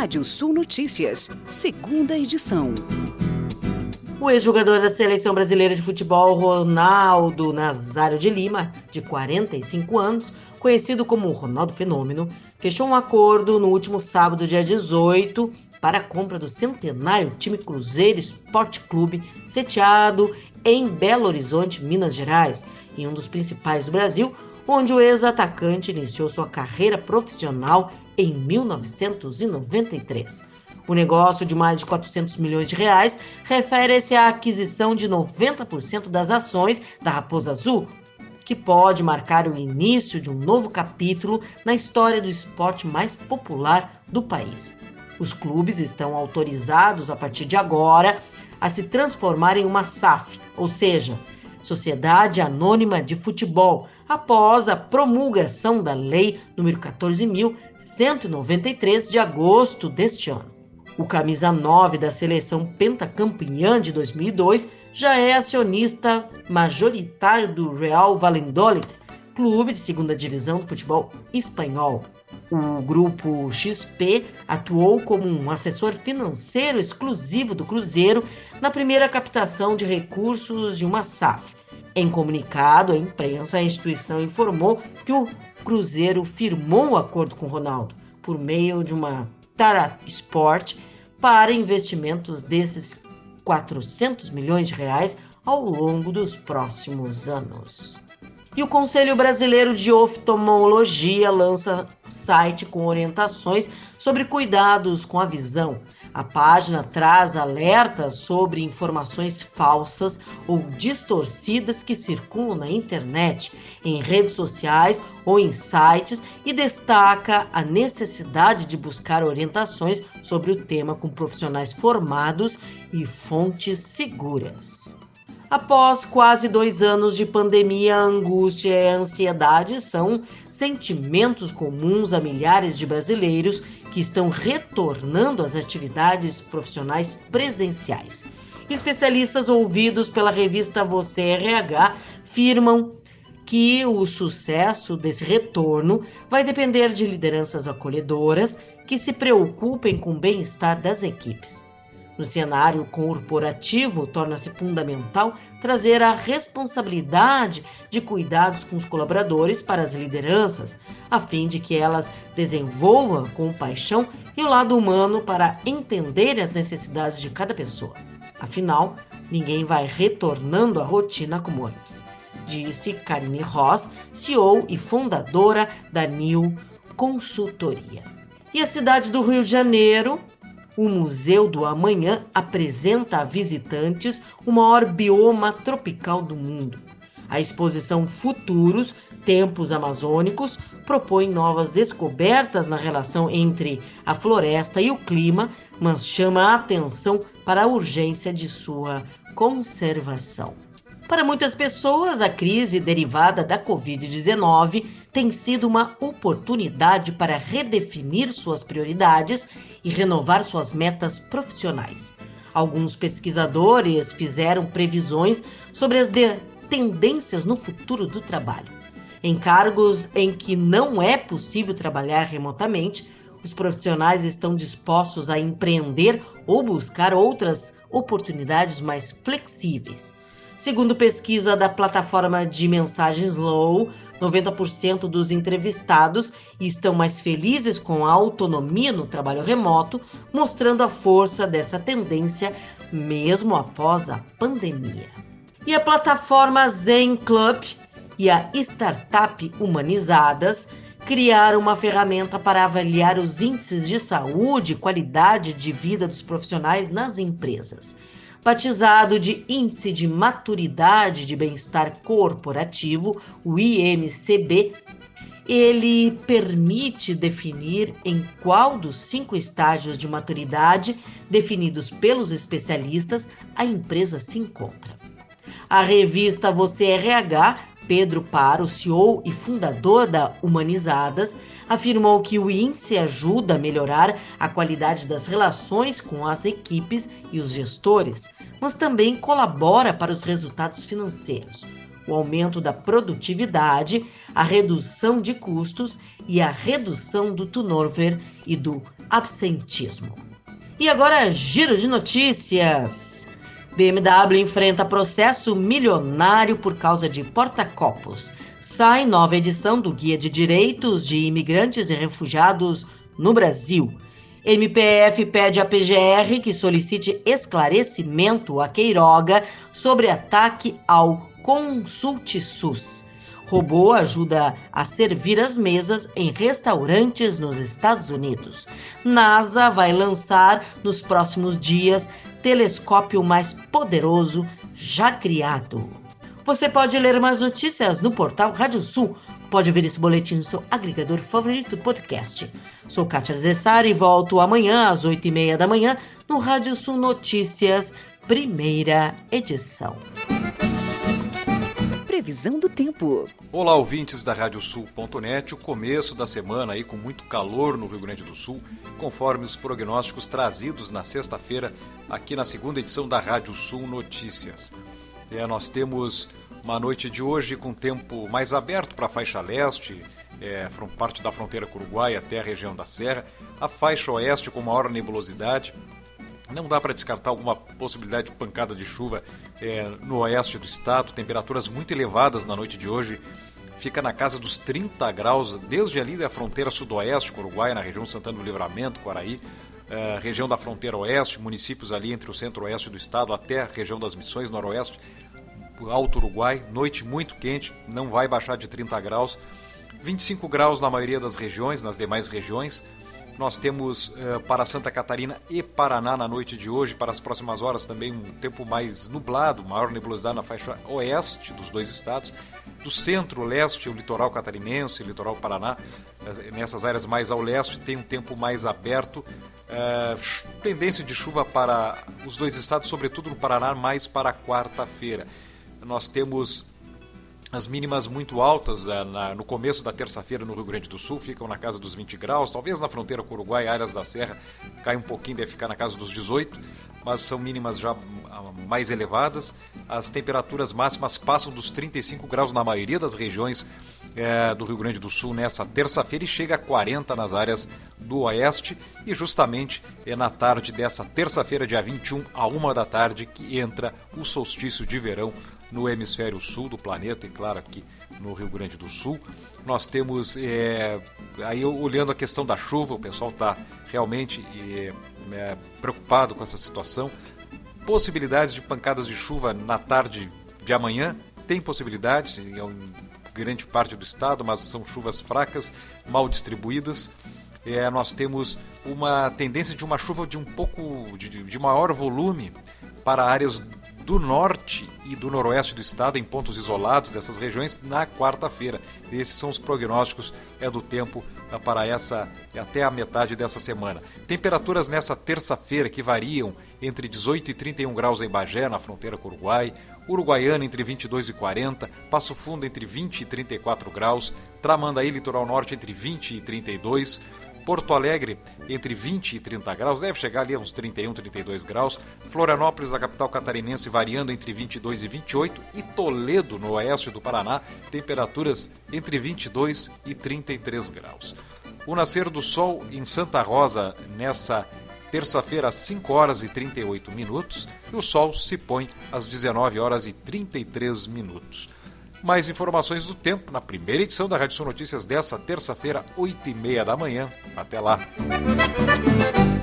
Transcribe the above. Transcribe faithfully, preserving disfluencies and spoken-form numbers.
Rádio Sul Notícias, segunda edição. O ex-jogador da Seleção Brasileira de Futebol, Ronaldo Nazário de Lima, de quarenta e cinco anos, conhecido como Ronaldo Fenômeno, fechou um acordo no último sábado, dia dezoito, para a compra do centenário time Cruzeiro Esporte Clube, sediado em Belo Horizonte, Minas Gerais, em um dos principais do Brasil, onde o ex-atacante iniciou sua carreira profissional em mil novecentos e noventa e três. O negócio de mais de quatrocentos milhões de reais refere-se à aquisição de noventa por cento das ações da Raposa Azul, que pode marcar o início de um novo capítulo na história do esporte mais popular do país. Os clubes estão autorizados, a partir de agora, a se transformar em uma S A F, ou seja, Sociedade Anônima de Futebol, após a promulgação da Lei número quatorze mil cento e noventa e três de agosto deste ano. O camisa nove da seleção pentacampeã de dois mil e dois já é acionista majoritário do Real Valladolid, clube de segunda divisão do futebol espanhol. O grupo X P atuou como um assessor financeiro exclusivo do Cruzeiro na primeira captação de recursos de uma S A F. Em comunicado à imprensa, a instituição informou que o Cruzeiro firmou um acordo com Ronaldo por meio de uma Tara Sport para investimentos desses quatrocentos milhões de reais ao longo dos próximos anos. E o Conselho Brasileiro de Oftalmologia lança site com orientações sobre cuidados com a visão. A página traz alertas sobre informações falsas ou distorcidas que circulam na internet, em redes sociais ou em sites e destaca a necessidade de buscar orientações sobre o tema com profissionais formados e fontes seguras. Após quase dois anos de pandemia, a angústia e a ansiedade são sentimentos comuns a milhares de brasileiros que estão retornando às atividades profissionais presenciais. Especialistas ouvidos pela revista Você R H afirmam que o sucesso desse retorno vai depender de lideranças acolhedoras que se preocupem com o bem-estar das equipes. No cenário corporativo, torna-se fundamental trazer a responsabilidade de cuidados com os colaboradores para as lideranças, a fim de que elas desenvolvam com paixão e o lado humano para entender as necessidades de cada pessoa. Afinal, ninguém vai retornando à rotina como antes, disse Karine Ross, C E O e fundadora da New Consultoria. E a cidade do Rio de Janeiro, o Museu do Amanhã apresenta a visitantes o maior bioma tropical do mundo. A exposição Futuros, Tempos Amazônicos, propõe novas descobertas na relação entre a floresta e o clima, mas chama a atenção para a urgência de sua conservação. Para muitas pessoas, a crise derivada da covid dezenove tem sido uma oportunidade para redefinir suas prioridades e renovar suas metas profissionais. Alguns pesquisadores fizeram previsões sobre as de- tendências no futuro do trabalho. Em cargos em que não é possível trabalhar remotamente, os profissionais estão dispostos a empreender ou buscar outras oportunidades mais flexíveis. Segundo pesquisa da plataforma de mensagens Low, noventa por cento dos entrevistados estão mais felizes com a autonomia no trabalho remoto, mostrando a força dessa tendência mesmo após a pandemia. E a plataforma Zen Club e a startup Humanizadas criaram uma ferramenta para avaliar os índices de saúde e qualidade de vida dos profissionais nas empresas. Batizado de Índice de Maturidade de Bem-Estar Corporativo, o I M C B, ele permite definir em qual dos cinco estágios de maturidade definidos pelos especialistas a empresa se encontra. A revista Você R H, Pedro Paro, C E O e fundador da Humanizadas, afirmou que o índice ajuda a melhorar a qualidade das relações com as equipes e os gestores, mas também colabora para os resultados financeiros. o aumento da produtividade, a redução de custos e a redução do turnover e do absentismo. E agora, giro de notícias. B M W enfrenta processo milionário por causa de porta-copos. Sai nova edição do Guia de Direitos de Imigrantes e Refugiados no Brasil. M P F pede à P G R que solicite esclarecimento a Queiroga sobre ataque ao Consulte SUS. Robô ajuda a servir as mesas em restaurantes nos Estados Unidos. NASA vai lançar nos próximos dias telescópio mais poderoso já criado. Você pode ler mais notícias no portal Rádio Sul. Pode ver esse boletim no seu agregador favorito podcast. Sou Kátia Zessari e volto amanhã às oito e meia da manhã no Rádio Sul Notícias, primeira edição. Previsão do tempo. Olá, ouvintes da Rádio Sul ponto net. O começo da semana aí com muito calor no Rio Grande do Sul, conforme os prognósticos trazidos na sexta-feira aqui na segunda edição da Rádio Sul Notícias. É, nós temos uma noite de hoje com tempo mais aberto para a faixa leste, é, parte da fronteira com o Uruguai até a região da Serra, a faixa oeste com maior nebulosidade. Não dá para descartar alguma possibilidade de pancada de chuva é, no oeste do estado, temperaturas muito elevadas na noite de hoje, fica na casa dos trinta graus, desde ali da fronteira sudoeste com o Uruguai, na região Santana do Livramento, Quaraí, é, região da fronteira oeste, municípios ali entre o centro-oeste do estado até a região das Missões, noroeste, Alto Uruguai, noite muito quente, não vai baixar de trinta graus, vinte e cinco graus na maioria das regiões, nas demais regiões. Nós temos uh, para Santa Catarina e Paraná na noite de hoje, para as próximas horas também um tempo mais nublado, maior nebulosidade na faixa oeste dos dois estados. Do centro-leste, o litoral catarinense, o litoral Paraná, uh, nessas áreas mais ao leste, tem um tempo mais aberto. Uh, tendência de chuva para os dois estados, sobretudo no Paraná, mais para quarta-feira. Nós temos as mínimas muito altas uh, na, no começo da terça-feira no Rio Grande do Sul, ficam na casa dos vinte graus, talvez na fronteira com o Uruguai, áreas da Serra, cai um pouquinho, deve ficar na casa dos dezoito, mas são mínimas já uh, mais elevadas. As temperaturas máximas passam dos trinta e cinco graus na maioria das regiões uh, do Rio Grande do Sul nessa terça-feira e chega a quarenta nas áreas do oeste, e justamente é na tarde dessa terça-feira, dia vinte e um, a uma da tarde, que entra o solstício de verão no hemisfério sul do planeta, e claro aqui no Rio Grande do Sul. Nós temos, é, aí olhando a questão da chuva, o pessoal está realmente é, é, preocupado com essa situação. Possibilidades de pancadas de chuva na tarde de amanhã, tem possibilidade em grande parte do estado, mas são chuvas fracas, mal distribuídas. É, nós temos uma tendência de uma chuva de um pouco de, de maior volume para áreas do norte e do noroeste do estado, em pontos isolados dessas regiões, na quarta-feira. Esses são os prognósticos é, do tempo é, para essa até a metade dessa semana. Temperaturas nessa terça-feira que variam entre dezoito e trinta e um graus em Bagé, na fronteira com o Uruguai, Uruguaiana entre vinte e dois e quarenta, Passo Fundo entre vinte e trinta e quatro graus, Tramandaí, litoral norte, entre vinte e trinta e dois, Porto Alegre entre vinte e trinta graus, deve chegar ali a uns trinta e um, trinta e dois graus. Florianópolis, a capital catarinense, variando entre vinte e dois e vinte e oito. E Toledo, no oeste do Paraná, temperaturas entre vinte e dois e trinta e três graus. O nascer do sol em Santa Rosa nessa terça-feira às cinco horas e trinta e oito minutos. E o sol se põe às dezenove horas e trinta e três minutos. Mais informações do tempo na primeira edição da Rádio Sul Notícias dessa terça-feira, oito e meia da manhã. Até lá!